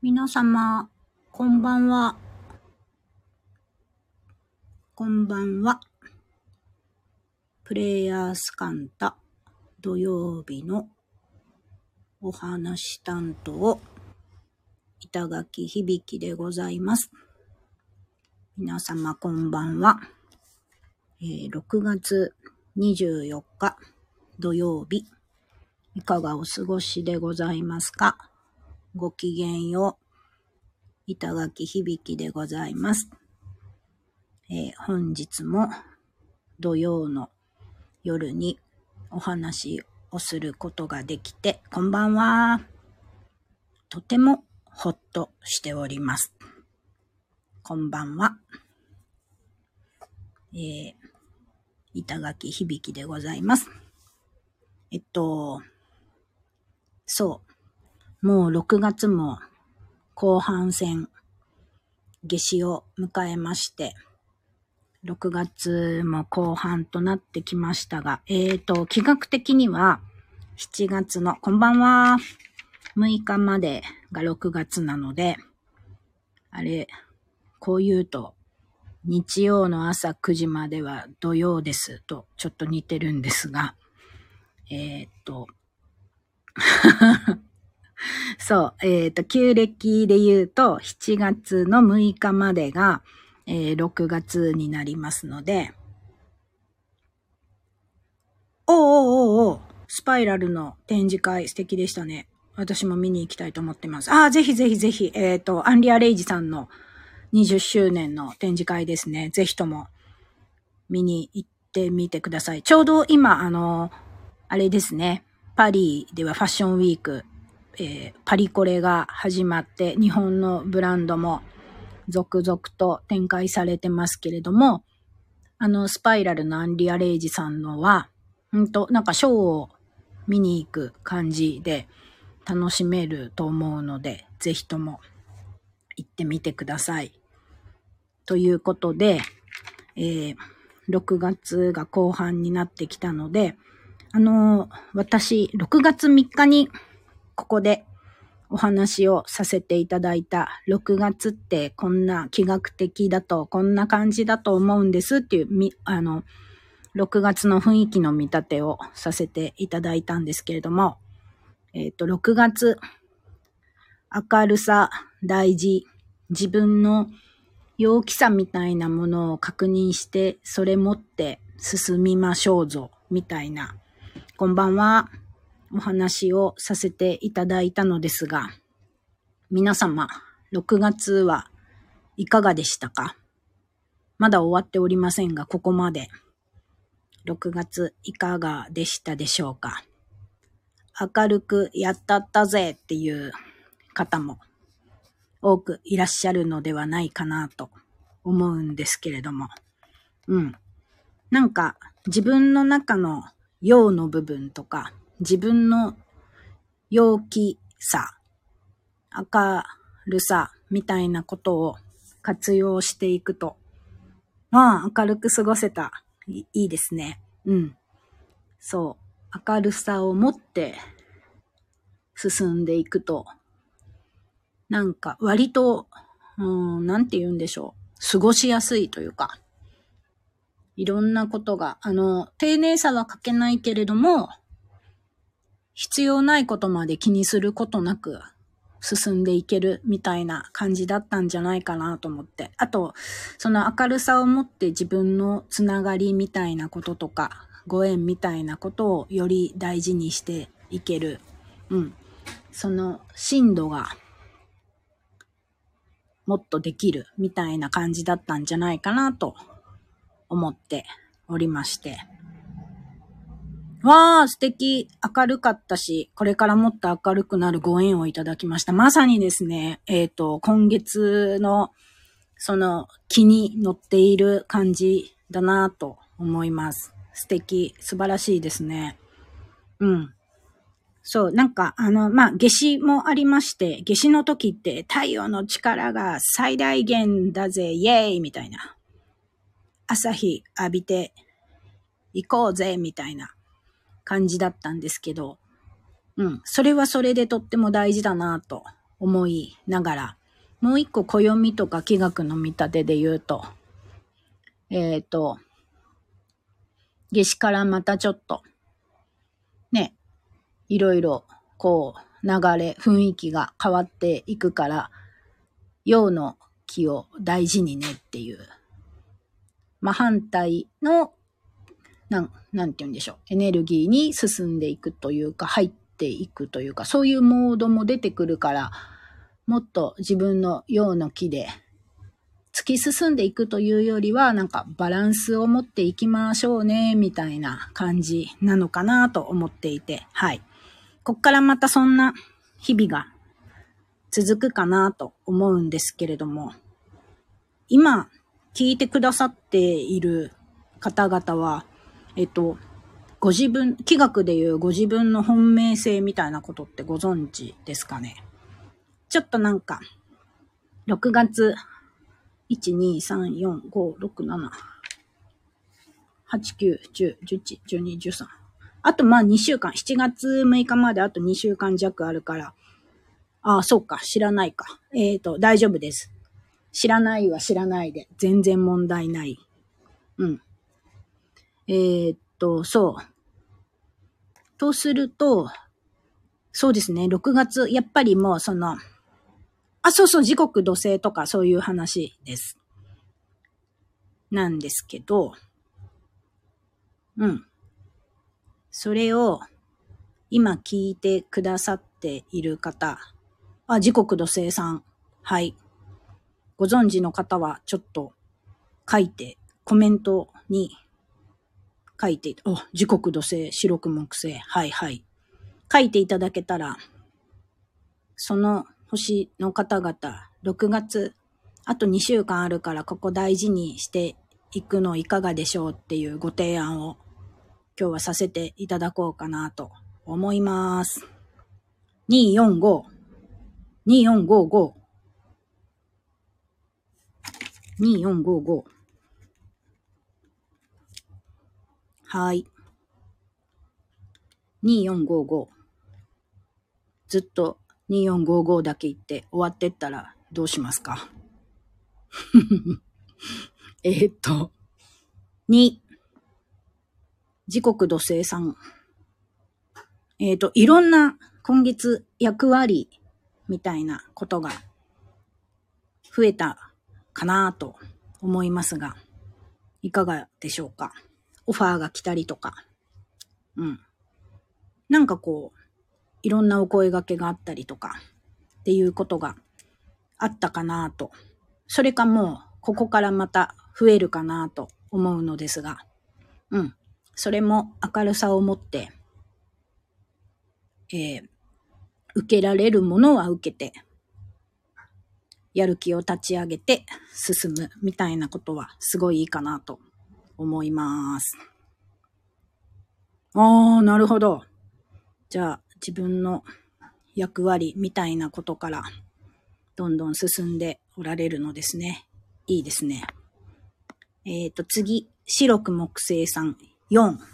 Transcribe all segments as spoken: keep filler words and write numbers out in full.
皆様、こんばんは。こんばんは。プレイヤースカンタ土曜日のお話担当、板垣響でございます。皆様、こんばんは。えー、ろくがつにじゅうよっか土曜日、いかがお過ごしでございますか？ごきげんよう。板垣響でございます。えー、本日も土曜の夜にお話をすることができて、こんばんは。とてもほっとしております。こんばんは。えー、板垣響でございます。えっと、そう、もうろくがつも後半戦、夏至を迎えまして、ろくがつも後半となってきましたが、えーと、企画的にはしちがつの、こんばんは、むいかまでがろくがつなので、あれ、こう言うと、日曜の朝くじまでは土曜ですとちょっと似てるんですが、えーと、そう、えーと、旧暦で言うとしちがつのむいかまでが、えー、ろくがつになりますので、おーおーおーおー、スパイラルの展示会素敵でしたね。私も見に行きたいと思ってます。ああ、ぜひぜひぜひ、えっと、アンリアレイジさんのにじゅっしゅうねんの展示会ですね。ぜひとも見に行ってみてください。ちょうど今、あの、あれですね。パリではファッションウィーク、えー、パリコレが始まって、日本のブランドも続々と展開されてますけれども、あの、スパイラルのアンリアレイジさんのは、んと、なんかショーを見に行く感じで楽しめると思うので、ぜひとも行ってみてください。ということで、えー、ろくがつが後半になってきたので、あのー、私、ろくがつみっかにここでお話をさせていただいた、ろくがつってこんな気学的だと、こんな感じだと思うんですっていう、み、あの、ろくがつの雰囲気の見立てをさせていただいたんですけれども、えっと、ろくがつ、明るさ大事、自分の陽気さみたいなものを確認して、それ持って進みましょうぞ、みたいな、こんばんは、お話をさせていただいたのですが、皆様、ろくがつはいかがでしたか？まだ終わっておりませんが、ここまで。ろくがついかがでしたでしょうか？明るくやったったぜっていう方も多くいらっしゃるのではないかなと思うんですけれども。うん。なんか自分の中の陽の部分とか、自分の陽気さ、明るさみたいなことを活用していくと、まあ明るく過ごせた。いいですね。うん。そう。明るさを持って進んでいくと、なんか割と、うーん、なんて言うんでしょう。過ごしやすいというか、いろんなことが、あの、丁寧さは欠けないけれども、必要ないことまで気にすることなく進んでいけるみたいな感じだったんじゃないかなと思って。あと、その明るさを持って自分のつながりみたいなこととか、ご縁みたいなことをより大事にしていける。うん。その深度がもっとできるみたいな感じだったんじゃないかなと思っておりまして。わー、素敵。明るかったし、これからもっと明るくなるご縁をいただきました。まさにですね、えっと、今月のその気に乗っている感じだなと思います。素敵。素晴らしいですね。うん。そう、なんか、あの、まあ、夏至もありまして、夏至の時って太陽の力が最大限だぜ、イエーイみたいな。朝日浴びて行こうぜ、みたいな感じだったんですけど、うん、それはそれでとっても大事だなと思いながら、もう一個暦とか気学の見立てで言うと、えっと、夏至からまたちょっと、ね、いろいろこう流れ、雰囲気が変わっていくから、陽の気を大事にねっていう、まあ反対の、なん、なんて言うんでしょう、エネルギーに進んでいくというか、入っていくというか、そういうモードも出てくるから、もっと自分の陽の気で突き進んでいくというよりは、なんかバランスを持っていきましょうね、みたいな感じなのかなと思っていて、はい。こっからまたそんな日々が続くかなと思うんですけれども、今聞いてくださっている方々は、えっと、ご自分、気学でいうご自分の本命性みたいなことってご存知ですかね。ちょっとなんか、ろくがつ、いち、に、さん、よん、ご、ろく、なな、はち、きゅう、じゅう、じゅういち、じゅうに、じゅうさん。あとまあにしゅうかん、しちがつむいかまであとにしゅうかん弱あるから、ああ、そうか、知らないか。えっと、大丈夫です。知らないは知らないで、全然問題ない。うん。えー、っと、そう。とすると、そうですね、ろくがつ、やっぱりもうその、あ、そうそう、時刻土星とかそういう話です。なんですけど、うん。それを、今聞いてくださっている方、あ、時刻土星さん、はい。ご存知の方はちょっと書いて、コメントに書いて、お、時刻土星、白く木星、はいはい。書いていただけたら、その星の方々、ろくがつ、あとにしゅうかんあるからここ大事にしていくのいかがでしょうっていうご提案を今日はさせていただこうかなと思います。にーよんご、にーよんごご、にーよんごご。はい。にーよんごご。ずっとにーよんごごだけ言って終わってったらどうしますか？えーっと、に、時刻土星さん。えーっと、いろんな今月役割みたいなことが増えたかなと思いますが、いかがでしょうか？オファーが来たりとか。うん。なんかこう、いろんなお声掛けがあったりとかっていうことがあったかなと。それかもう、ここからまた増えるかなと思うのですが、うん。それも明るさを持って、えー、受けられるものは受けて、やる気を立ち上げて進むみたいなことはすごいいいかなと思います。あー、なるほど。じゃあ自分の役割みたいなことからどんどん進んでおられるのですね。いいですね。えっと次、白く木星さんよん。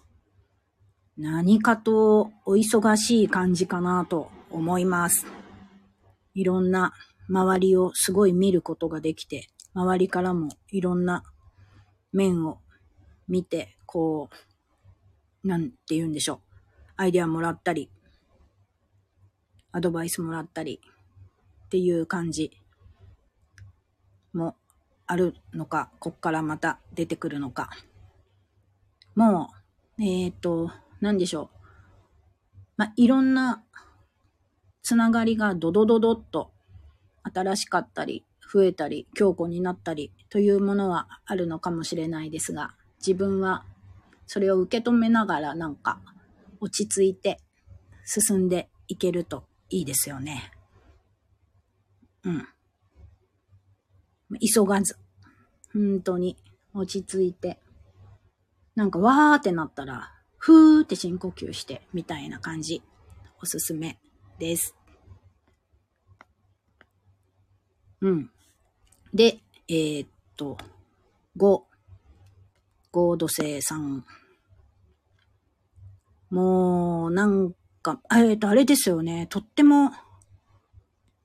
何かとお忙しい感じかなと思います。いろんな周りをすごい見ることができて、周りからもいろんな面を見て、こう、なんて言うんでしょう。アイデアもらったり、アドバイスもらったりっていう感じもあるのか、こっからまた出てくるのか。もう、えっと、なんでしょう。まあ、いろんなつながりがドドドドッと新しかったり、増えたり、強固になったりというものはあるのかもしれないですが、自分はそれを受け止めながらなんか落ち着いて進んでいけるといいですよね。うん。急がず、本当に落ち着いて、なんかわーってなったら、ふーって深呼吸してみたいな感じ、おすすめです。うん。で、えー、っと、ご、ご土星さん。もう、なんか、えー、っと、あれですよね。とっても、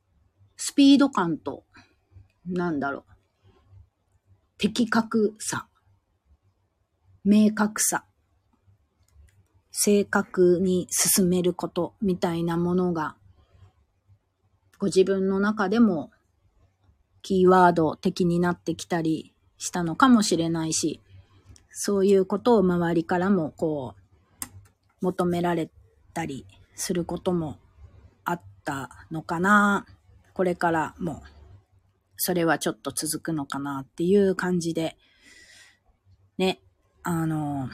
スピード感と、なんだろう、的確さ、明確さ、正確に進めることみたいなものが、ご自分の中でもキーワード的になってきたりしたのかもしれないし、そういうことを周りからもこう求められたりすることもあったのかな。これからもそれはちょっと続くのかなっていう感じでね、あの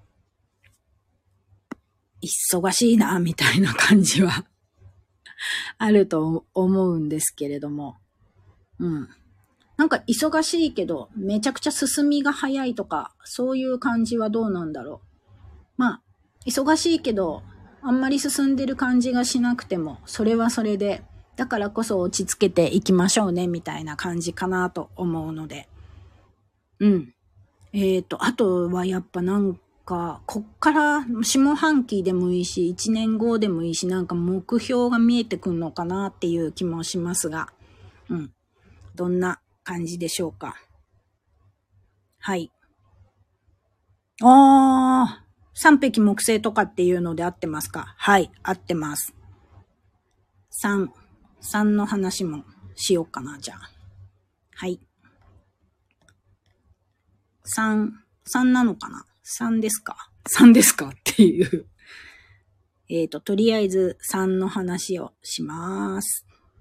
忙しいなみたいな感じはあると思うんですけれども、うん。なんか忙しいけどめちゃくちゃ進みが早いとか、そういう感じはどうなんだろう。まあ、忙しいけどあんまり進んでる感じがしなくても、それはそれで、だからこそ落ち着けていきましょうねみたいな感じかなと思うので。うん。えーと、あとはやっぱなんか、こっから下半期でもいいし、いちねんごでもいいし、なんか目標が見えてくるのかなっていう気もしますが、うん。どんな感じでしょうか。はい。あー、三匹木星とかっていうので合ってますか？はい、合ってます。三、三の話もしようかな、じゃあ。はい。三、三なのかな？三ですか？三ですかっていう。えっと、とりあえず三の話をします。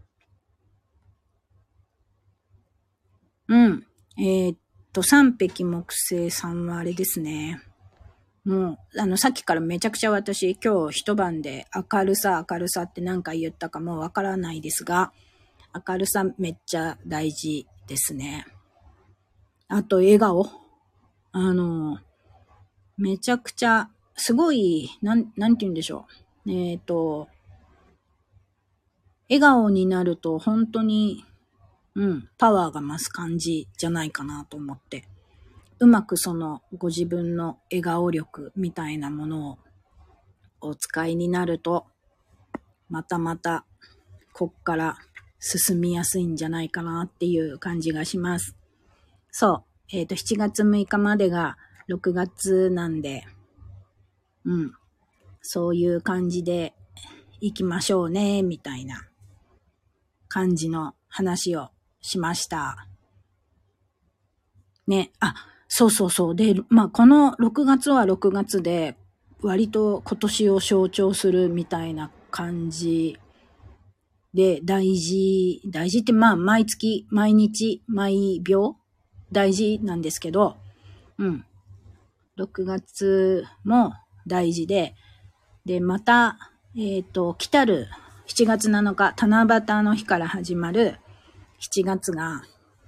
うん。えー、っと、三匹木星さんはあれですね。もう、あの、さっきからめちゃくちゃ私、今日一晩で明るさ、明るさって何回言ったかもうわからないですが、明るさめっちゃ大事ですね。あと、笑顔。あの、めちゃくちゃ、すごい、なん、なんて言うんでしょう。えっと、笑顔になると本当に、うん、パワーが増す感じじゃないかなと思って。うまくそのご自分の笑顔力みたいなものをお使いになると、またまたこっから進みやすいんじゃないかなっていう感じがします。そう。えっと、しちがつむいかまでがろくがつなんで、うん。そういう感じで行きましょうね、みたいな感じの話をしました。ね。あ、そうそうそう。で、まあ、このろくがつはろくがつで、割と今年を象徴するみたいな感じで、大事、大事ってまあ、毎月、毎日、毎秒、大事なんですけど、うん。ろくがつも大事で、で、また、えっと、来たるしちがつなのか、七夕の日から始まるしちがつが、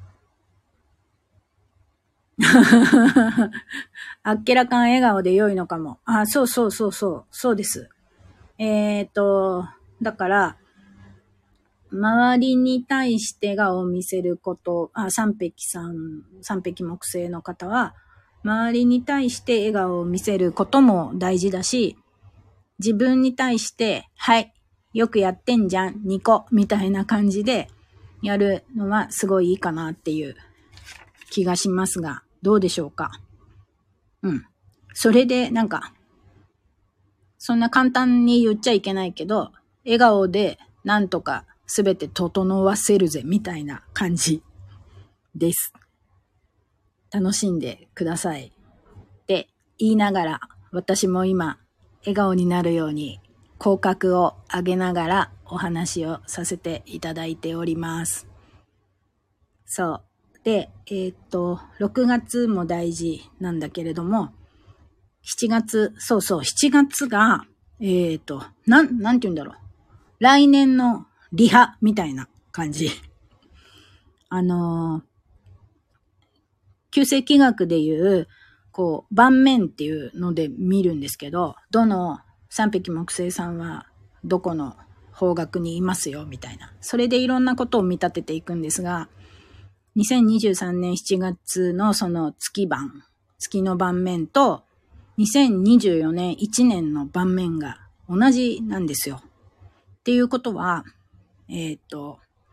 あっけらかん笑顔で良いのかも。あ、そうそうそうそう、そうです。えっと、だから、周りに対して笑顔を見せること、あ、三匹さん、三匹木星の方は、周りに対して笑顔を見せることも大事だし、自分に対して、はい、よくやってんじゃん、ニコ、みたいな感じでやるのはすごいいいかなっていう気がしますが、どうでしょうか。うん。それでなんか、そんな簡単に言っちゃいけないけど、笑顔でなんとかすべて整わせるぜ、みたいな感じです。楽しんでください。って言いながら、私も今、笑顔になるように口角を上げながらお話をさせていただいております。そう。で、えー、っと、ろくがつも大事なんだけれども、しちがつ、そうそう、しちがつが、えー、っと、なん、なんて言うんだろう。来年のリハみたいな感じ。あのー、旧世紀学でいう、こう、盤面っていうので見るんですけど、どの三匹木星さんはどこの方角にいますよ、みたいな。それでいろんなことを見立てていくんですが、にせんにじゅうさんねんしちがつのその月盤、月の盤面と、にせんにじゅうよねんいちねんの盤面が同じなんですよ。っていうことは、えっと、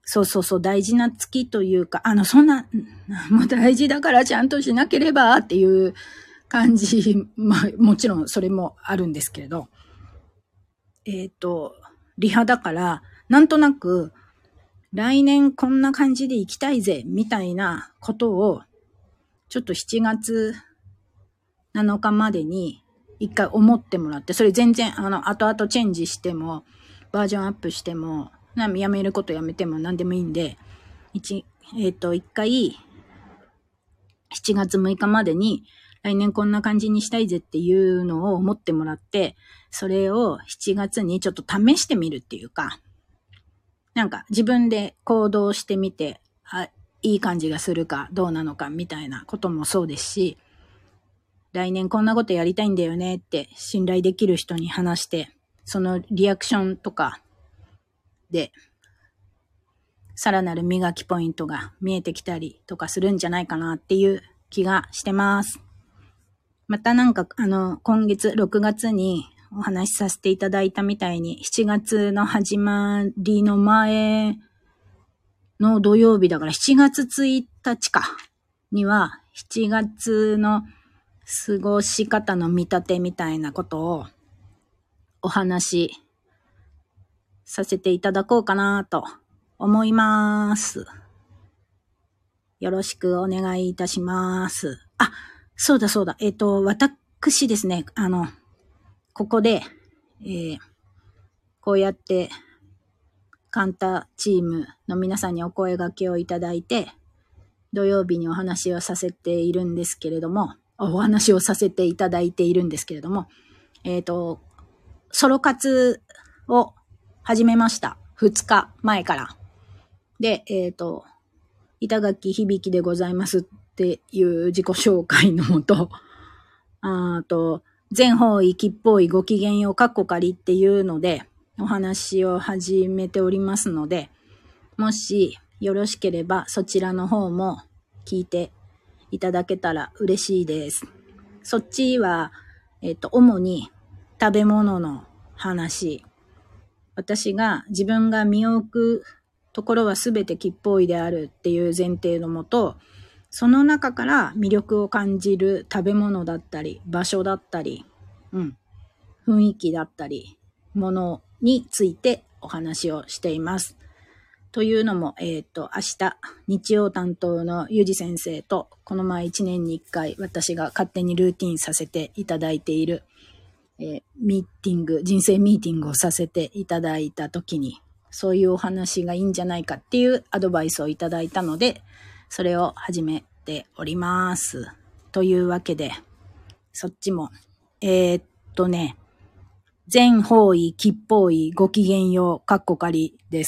そうそうそう、大事な月というか、あの、そんな、もう大事だからちゃんとしなければっていう感じ、まあ、もちろんそれもあるんですけれど、えっと、リハだから、なんとなく、来年こんな感じで行きたいぜ、みたいなことを、ちょっとしちがつなのかまでに一回思ってもらって、それ全然、あの、後々チェンジしても、バージョンアップしても、やめることやめても何でもいいんで、一、えっと、一回、しちがつむいかまでに、来年こんな感じにしたいぜっていうのを思ってもらって、それをしちがつにちょっと試してみるっていうか、なんか自分で行動してみて、あ、いい感じがするかどうなのかみたいなこともそうですし、来年こんなことやりたいんだよねって信頼できる人に話して、そのリアクションとかで、さらなる磨きポイントが見えてきたりとかするんじゃないかなっていう気がしてます。またなんか、あの、今月ろくがつにお話しさせていただいたみたいに、しちがつの始まりの前の土曜日だからしちがつついたちかには、しちがつの過ごし方の見立てみたいなことをお話しさせていただこうかなと思います。よろしくお願いいたします。あ、そうだそうだ。えっと、私ですね、あの、ここで、えー、こうやって、カンタチームの皆さんにお声掛けをいただいて、土曜日にお話をさせているんですけれども、お話をさせていただいているんですけれども、えっと、ソロ活を始めました。ふつかまえから。で、えっと、板垣響でございますっていう自己紹介のもと、あと、全方位、吉方位、ご機嫌よう、かっこかりっていうので、お話を始めておりますので、もしよろしければそちらの方も聞いていただけたら嬉しいです。そっちは、えっと、主に食べ物の話。私が自分が身を置くところはすべて吉方位であるっていう前提のもと、その中から魅力を感じる食べ物だったり、場所だったり、うん、雰囲気だったり、ものについてお話をしています。というのも、えっと、明日、日曜担当のゆうじ先生と、この前いちねんにいっかい私が勝手にルーティンさせていただいている、えー、ミーティング、人生ミーティングをさせていただいたときに、そういうお話がいいんじゃないかっていうアドバイスをいただいたので、それを始めております。というわけで、そっちも、えー、っとね、全方位、吉方位、ご機嫌よう、かっこかりです。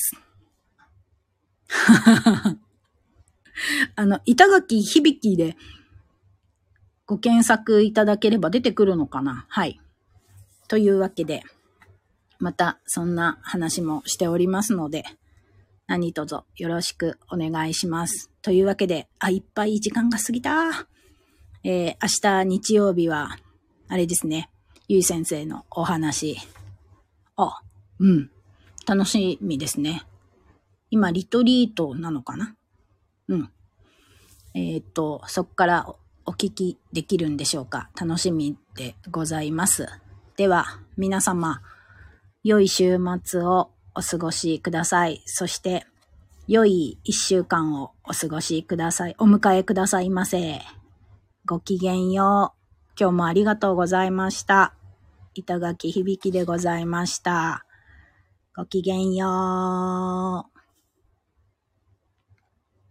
あの、板垣響でご検索いただければ出てくるのかな？はい。というわけで、またそんな話もしておりますので、何卒よろしくお願いします。というわけで、あ、いっぱい時間が過ぎた。えー、明日日曜日は、あれですね、ゆい先生のお話。あ、うん。楽しみですね。今、リトリートなのかな？うん。えっと、そっからお聞きできるんでしょうか？楽しみでございます。では、皆様、良い週末をお過ごしください。そして、良い一週間をお過ごしください。お迎えくださいませ。ごきげんよう。今日もありがとうございました。板垣響でございました。ごきげんよう。